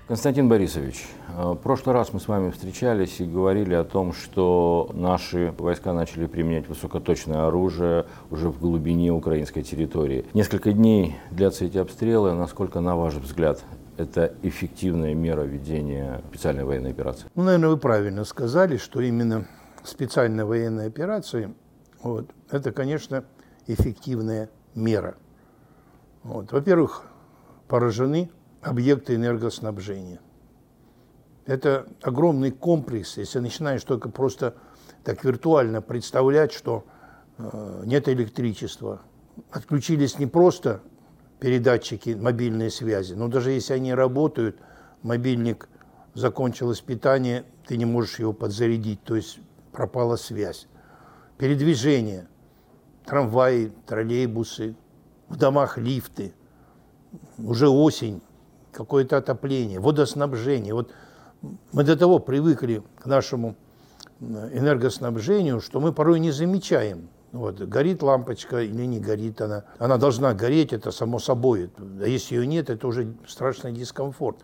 Константин Борисович, в прошлый раз мы с вами встречались и говорили о том, что наши войска начали применять высокоточное оружие уже в глубине украинской территории. Несколько дней длятся эти обстрелы. Насколько, на ваш взгляд, это эффективная мера ведения специальной военной операции? Наверное, вы правильно сказали, что именно специальная военная операция, это, конечно, эффективная мера. Во-первых, поражены объекты энергоснабжения. Это огромный комплекс, если начинаешь только просто так виртуально представлять, что нет электричества. Отключились не просто передатчики мобильной связи, но даже если они работают, мобильник, закончилось питание, ты не можешь его подзарядить, то есть пропала связь. Передвижение, трамваи, троллейбусы, в домах лифты, уже осень, какое-то отопление, водоснабжение. Мы до того привыкли к нашему энергоснабжению, что мы порой не замечаем. Горит лампочка или не горит она. Она должна гореть, это само собой. А если ее нет, это уже страшный дискомфорт.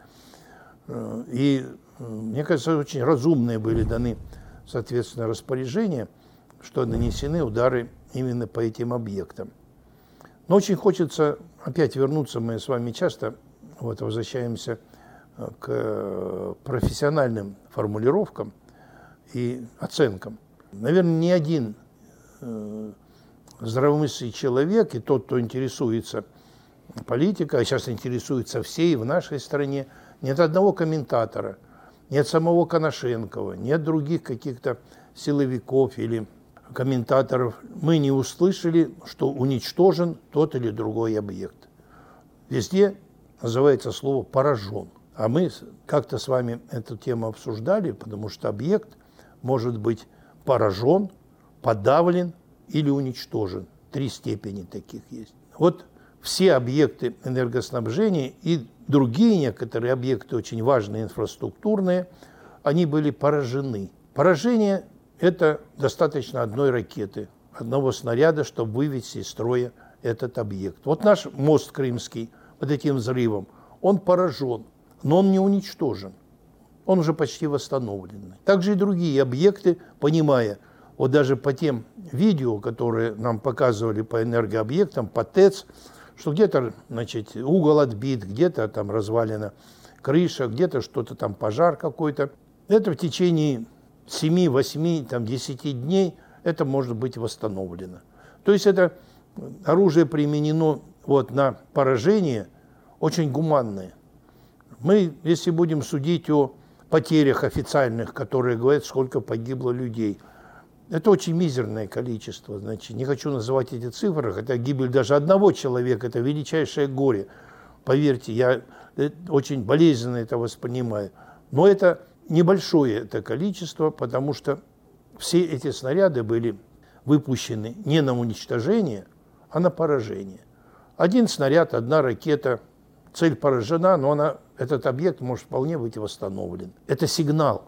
И мне кажется, очень разумные были даны, соответственно, распоряжения, что нанесены удары именно по этим объектам. Но очень хочется опять вернуться, мы с вами часто возвращаемся к профессиональным формулировкам и оценкам. Наверное, ни один здравомыслящий человек, и тот, кто интересуется политикой, а сейчас интересуется всей в нашей стране, нет одного комментатора, нет самого Коношенкова, нет других каких-то силовиков или комментаторов. Мы не услышали, что уничтожен тот или другой объект. Везде называется слово «поражен». А мы как-то с вами эту тему обсуждали, потому что объект может быть поражен, подавлен или уничтожен. 3 степени таких есть. Все объекты энергоснабжения и другие некоторые объекты, очень важные, инфраструктурные, они были поражены. Поражение – это достаточно одной ракеты, одного снаряда, чтобы вывести из строя этот объект. Наш мост Крымский этим взрывом, он поражен, но он не уничтожен. Он уже почти восстановлен. Также и другие объекты, понимая, даже по тем видео, которые нам показывали по энергообъектам, по ТЭЦ, что где-то, угол отбит, где-то там развалена крыша, где-то что-то там пожар какой-то. Это в течение 7, 8, 10 дней это может быть восстановлено. То есть это оружие применено на поражение очень гуманное. Мы, если будем судить о потерях официальных, которые говорят, сколько погибло людей, это очень мизерное количество. Не хочу называть эти цифры, хотя гибель даже одного человека – это величайшее горе. Поверьте, я очень болезненно это воспринимаю. Но это небольшое это количество, потому что все эти снаряды были выпущены не на уничтожение, а на поражение. Один снаряд, одна ракета, цель поражена, но этот объект может вполне быть восстановлен. Это сигнал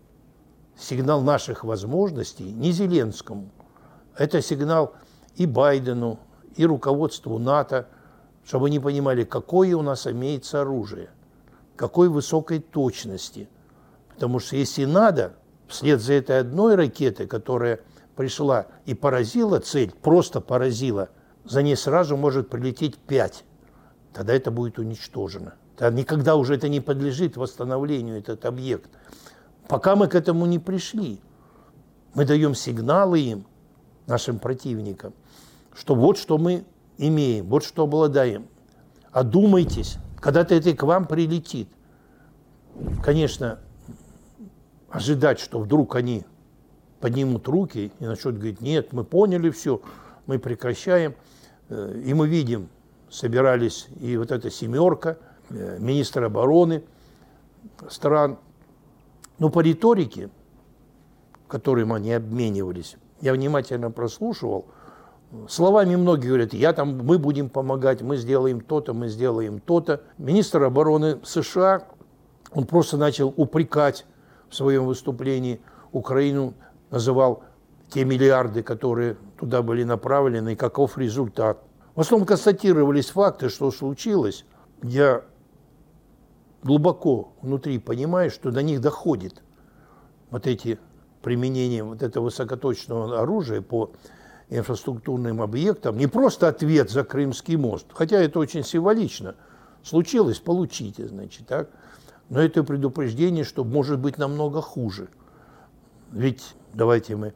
наших возможностей не Зеленскому. Это сигнал и Байдену, и руководству НАТО, чтобы они понимали, какое у нас имеется оружие, какой высокой точности. Потому что если надо, вслед за этой одной ракетой, которая пришла и поразила цель, просто поразила, за ней сразу может прилететь 5. Тогда это будет уничтожено. Тогда никогда уже это не подлежит восстановлению, этот объект. Пока мы к этому не пришли, мы даем сигналы им, нашим противникам, что что мы имеем, что обладаем. Одумайтесь, когда-то это к вам прилетит. Конечно, ожидать, что вдруг они поднимут руки и начнут говорить, нет, мы поняли все, мы прекращаем. И мы видим, собирались и эта 7, министр обороны стран. Но по риторике, которым они обменивались, я внимательно прослушивал, словами многие говорят, мы будем помогать, мы сделаем то-то, мы сделаем то-то. Министр обороны США, он просто начал упрекать в своем выступлении Украину, называл те миллиарды, которые туда были направлены, и каков результат. В основном констатировались факты, что случилось. Я глубоко внутри понимают, что до них доходит вот эти применения вот этого высокоточного оружия по инфраструктурным объектам, не просто ответ за Крымский мост, хотя это очень символично. Случилось, получите, значит, так. Но это предупреждение, что может быть намного хуже. Ведь давайте мы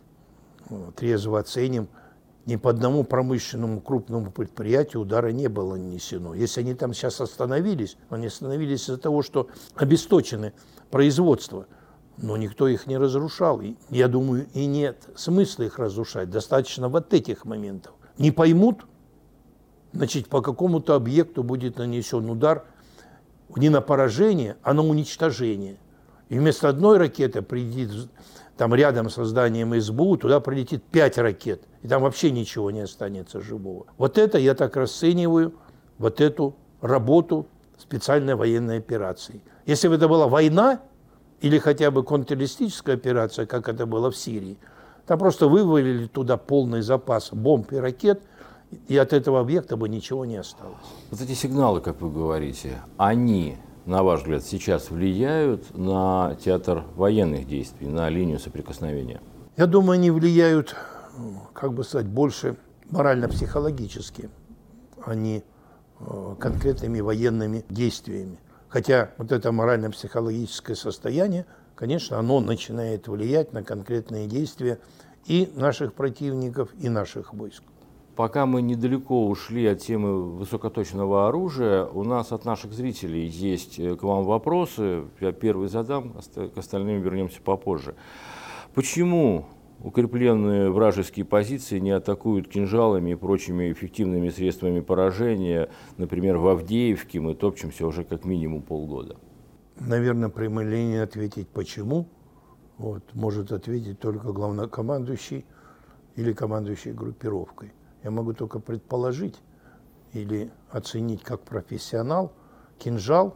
трезво оценим, ни по одному промышленному крупному предприятию удара не было нанесено. Если они там сейчас остановились, они остановились из-за того, что обесточены производство, но никто их не разрушал. И, я думаю, и нет смысла их разрушать. Достаточно вот этих моментов. Не поймут, значит, по какому-то объекту будет нанесен удар не на поражение, а на уничтожение. И вместо одной ракеты прилетит, там рядом с зданием СБУ, туда прилетит 5 ракет, и там вообще ничего не останется живого. Вот это я так расцениваю, вот эту работу специальной военной операции. Если бы это была война или хотя бы контртеррористическая операция, как это было в Сирии, там просто вывалили туда полный запас бомб и ракет, и от этого объекта бы ничего не осталось. Вот эти сигналы, как вы говорите, они, на ваш взгляд, сейчас влияют на театр военных действий, на линию соприкосновения? Я думаю, они влияют, как бы сказать, больше морально-психологически, а не конкретными военными действиями. Хотя вот это морально-психологическое состояние, конечно, оно начинает влиять на конкретные действия и наших противников, и наших войск. Пока мы недалеко ушли от темы высокоточного оружия, у нас от наших зрителей есть к вам вопросы. Я первый задам, к остальным вернемся попозже. Почему укрепленные вражеские позиции не атакуют кинжалами и прочими эффективными средствами поражения? Например, в Авдеевке мы топчемся уже как минимум полгода. Наверное, прямолинейно ответить «почему» может ответить только главнокомандующий или командующий группировкой. Я могу только предположить или оценить как профессионал. Кинжал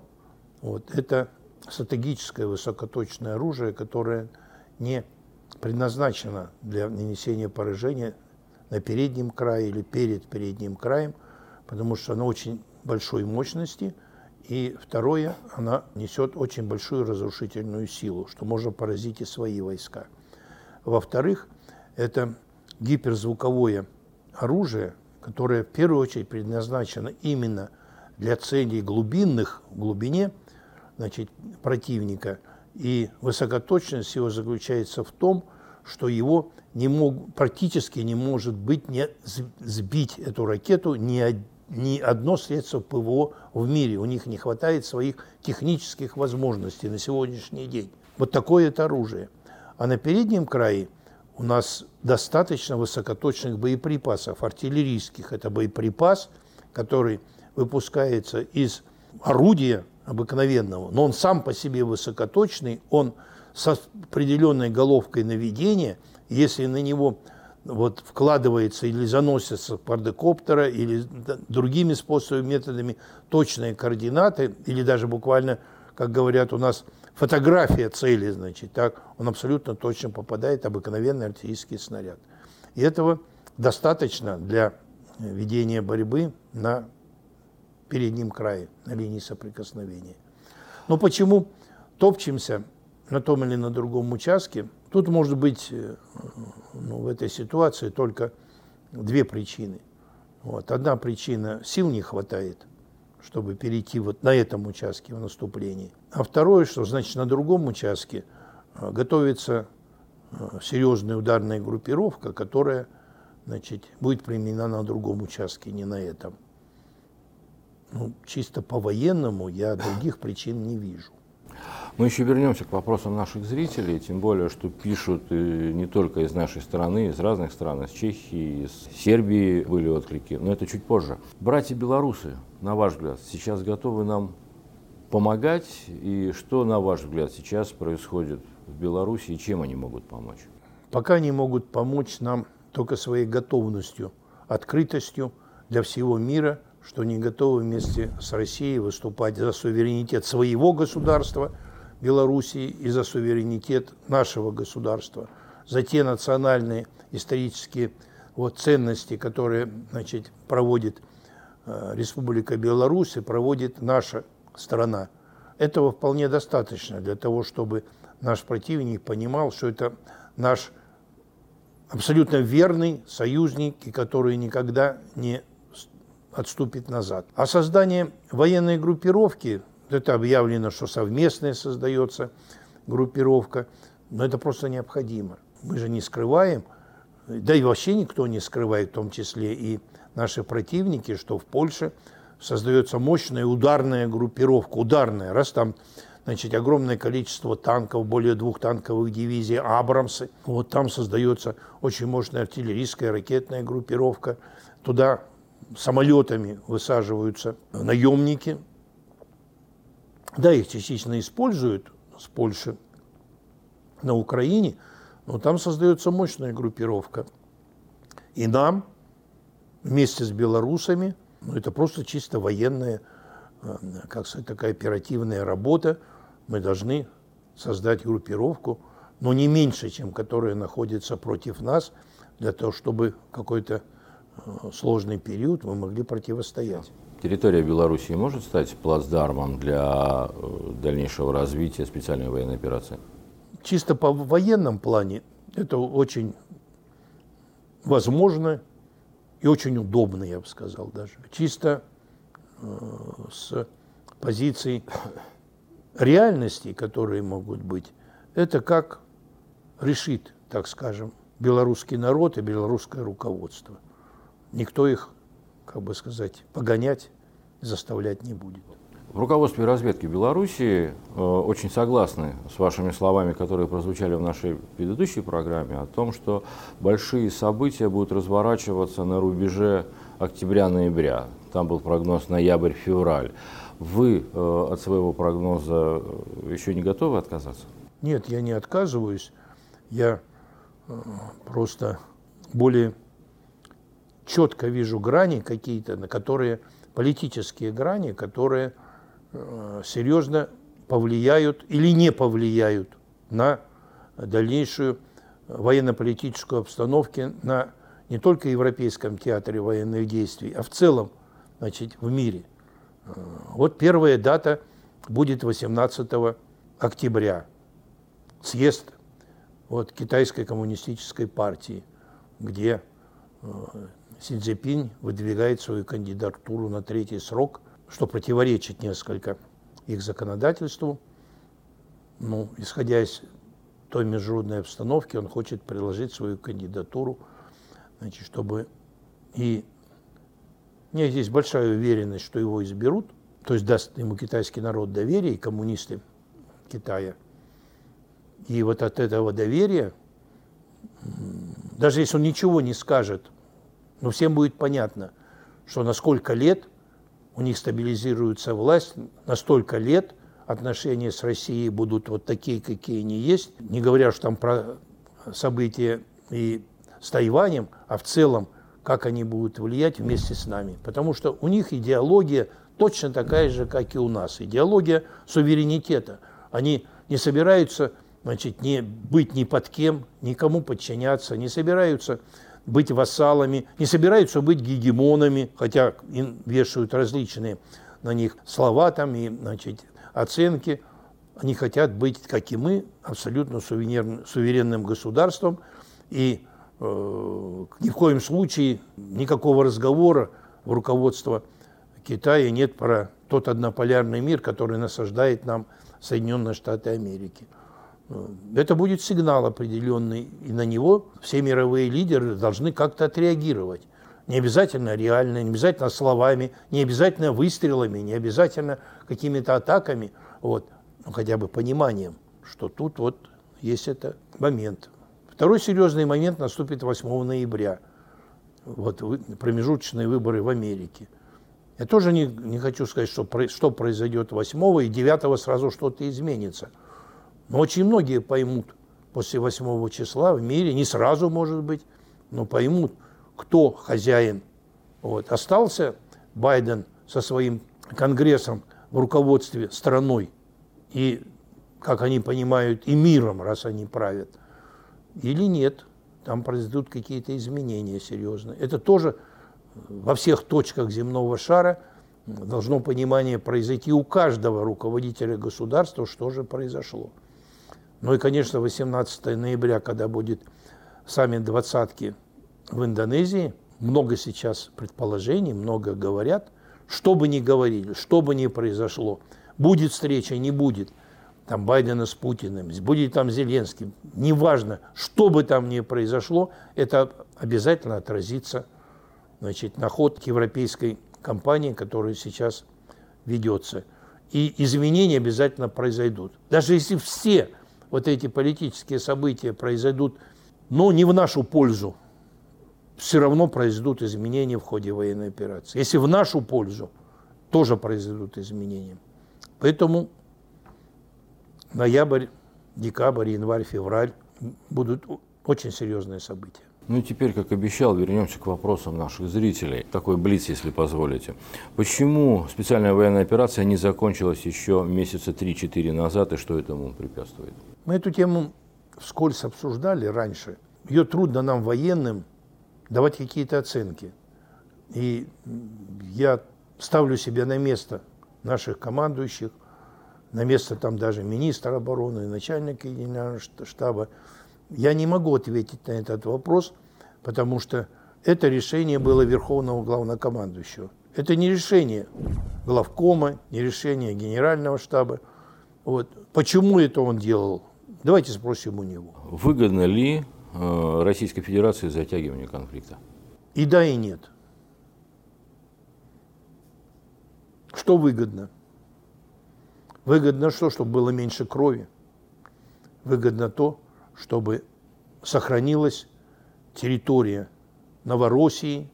это стратегическое высокоточное оружие, которое не предназначено для нанесения поражения на переднем крае или перед передним краем, потому что оно очень большой мощности, и второе, она несет очень большую разрушительную силу, что можно поразить и свои войска. Во-вторых, это гиперзвуковое оружие, которое в первую очередь предназначено именно для целей глубинных, в глубине, значит, противника. И высокоточность его заключается в том, что его практически не может быть не сбить эту ракету ни одно средство ПВО в мире. У них не хватает своих технических возможностей на сегодняшний день. Вот такое это оружие. А на переднем крае у нас достаточно высокоточных боеприпасов, артиллерийских. Это боеприпас, который выпускается из орудия обыкновенного, но он сам по себе высокоточный, он с определенной головкой наведения, если на него вкладывается или заносится квадрокоптера, или другими способами, методами точные координаты, или даже буквально, как говорят у нас, фотография цели, значит, так, он абсолютно точно попадает в обыкновенный артиллерийский снаряд. И этого достаточно для ведения борьбы на переднем крае, на линии соприкосновения. Но почему топчемся на том или на другом участке? Тут может быть в этой ситуации только две причины. Одна причина – сил не хватает, чтобы перейти на этом участке в наступлении. А второе, что значит на другом участке готовится серьезная ударная группировка, которая, значит, будет применена на другом участке, не на этом. Чисто по-военному я других причин не вижу. Мы еще вернемся к вопросам наших зрителей, тем более, что пишут не только из нашей страны, из разных стран, из Чехии, из Сербии были отклики, но это чуть позже. Братья белорусы, на ваш взгляд, сейчас готовы нам помогать? И что, на ваш взгляд, сейчас происходит в Беларуси и чем они могут помочь? Пока они могут помочь нам только своей готовностью, открытостью для всего мира, что они готовы вместе с Россией выступать за суверенитет своего государства, Белоруссии, и за суверенитет нашего государства, за те национальные исторические ценности, которые, значит, проводит Республика Беларусь и проводит наша страна. этого вполне достаточно для того, чтобы наш противник понимал, что это наш абсолютно верный союзник, и который никогда не отступит назад. А создание военной группировки, это объявлено, что совместная создается группировка, но это просто необходимо. Мы же не скрываем, да и вообще никто не скрывает, в том числе и наши противники, что в Польше создается мощная ударная группировка. Ударная, раз там, значит, огромное количество танков, более 2 танковых дивизий, Абрамсы. Вот там создается очень мощная артиллерийская ракетная группировка. Туда самолетами высаживаются наемники. Да, их частично используют с Польши на Украине, но там создается мощная группировка. И нам вместе с белорусами, это просто чисто военная, как сказать, такая оперативная работа, мы должны создать группировку, но не меньше, чем которая находится против нас, для того, чтобы какой-то сложный период мы могли противостоять. Территория Белоруссии может стать плацдармом для дальнейшего развития специальной военной операции? Чисто по военном плане это очень возможно и очень удобно, я бы сказал даже. Чисто с позиций реальностей, которые могут быть, это как решит, так скажем, белорусский народ и белорусское руководство. Никто их, как бы сказать, погонять, заставлять не будет. В руководстве разведки Белоруссии очень согласны с вашими словами, которые прозвучали в нашей предыдущей программе, о том, что большие события будут разворачиваться на рубеже октября-ноября. Там был прогноз ноябрь-февраль. Вы от своего прогноза еще не готовы отказаться? Нет, я не отказываюсь. Я просто более четко вижу грани какие-то, на которые, политические грани, которые серьезно повлияют или не повлияют на дальнейшую военно-политическую обстановку на не только Европейском театре военных действий, а в целом, значит, в мире. Вот первая дата будет 18 октября. Съезд вот, Китайской коммунистической партии, где Си Цзиньпин выдвигает свою кандидатуру на 3-й срок, что противоречит несколько их законодательству. Ну, исходя из той международной обстановки, он хочет приложить свою кандидатуру, значит, чтобы и у меня есть большая уверенность, что его изберут, то есть даст ему китайский народ доверие, и коммунисты Китая. И вот от этого доверия, даже если он ничего не скажет, но всем будет понятно, что на сколько лет у них стабилизируется власть, на столько лет отношения с Россией будут вот такие, какие они есть. Не говоря уж там про события и с Тайванем, а в целом, как они будут влиять вместе с нами. Потому что у них идеология точно такая же, как и у нас. Идеология суверенитета. Они не собираются, значит, не быть ни под кем, никому подчиняться, не собираются быть вассалами, не собираются быть гегемонами, хотя им вешают различные на них слова там и, значит, оценки. Они хотят быть, как и мы, абсолютно суверенным государством. И ни в коем случае никакого разговора в руководство Китая нет про тот однополярный мир, который насаждает нам Соединенные Штаты Америки. Это будет сигнал определенный, и на него все мировые лидеры должны как-то отреагировать. Не обязательно реально, не обязательно словами, не обязательно выстрелами, не обязательно какими-то атаками, вот, но хотя бы пониманием, что тут вот есть этот момент. Второй серьезный момент наступит 8 ноября, вот, промежуточные выборы в Америке. Я тоже не хочу сказать, что произойдет 8 и 9 сразу что-то изменится. Но очень многие поймут после 8 числа в мире, не сразу, может быть, но поймут, кто хозяин. Вот. Остался Байден со своим конгрессом в руководстве страной и, как они понимают, и миром, раз они правят, или нет. Там произойдут какие-то изменения серьезные. Это тоже во всех точках земного шара должно понимание произойти у каждого руководителя государства, что же произошло. Ну и, конечно, 18 ноября, когда будет саммит двадцатки в Индонезии, много сейчас предположений, много говорят, что бы ни говорили, что бы ни произошло, будет встреча, не будет, там Байдена с Путиным, будет там Зеленский, неважно, что бы там ни произошло, это обязательно отразится, значит, на ход европейской кампании, которая сейчас ведется. И изменения обязательно произойдут. Даже если все вот эти политические события произойдут, но не в нашу пользу, все равно произойдут изменения в ходе военной операции. Если в нашу пользу, тоже произойдут изменения. Поэтому ноябрь, декабрь, январь, февраль будут очень серьезные события. Ну и теперь, как обещал, вернемся к вопросам наших зрителей. Такой блиц, если позволите. Почему специальная военная операция не закончилась еще месяца 3-4 назад, и что этому препятствует? Мы эту тему вскользь обсуждали раньше. Ее трудно нам, военным, давать какие-то оценки. И я ставлю себя на место наших командующих, на место там даже министра обороны, начальника генерального штаба. Я не могу ответить на этот вопрос, потому что это решение было Верховного Главнокомандующего. Это не решение главкома, не решение генерального штаба. Вот. Почему это он делал? Давайте спросим у него. Выгодно ли Российской Федерации затягивание конфликта? И да, и нет. Что выгодно? Выгодно что? Чтобы было меньше крови. Выгодно то, чтобы сохранилась территория Новороссии,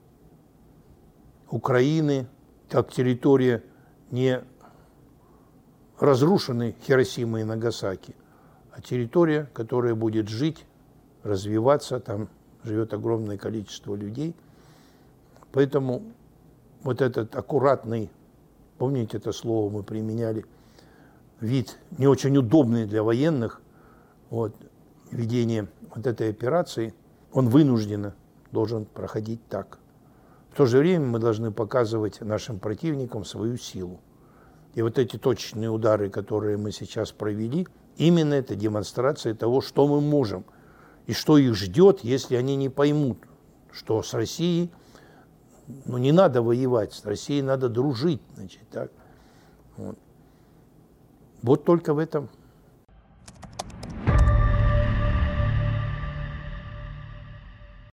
Украины, как территория не разрушенной Хиросимы и Нагасаки, а территория, которая будет жить, развиваться, там живет огромное количество людей. Поэтому вот этот аккуратный, помните это слово мы применяли, вид не очень удобный для военных, вот, ведение вот этой операции, он вынужденно должен проходить так. В то же время мы должны показывать нашим противникам свою силу. И вот эти точечные удары, которые мы сейчас провели, именно это демонстрация того, что мы можем и что их ждет, если они не поймут, что с Россией не надо воевать, с Россией надо дружить. Значит, так. Вот только в этом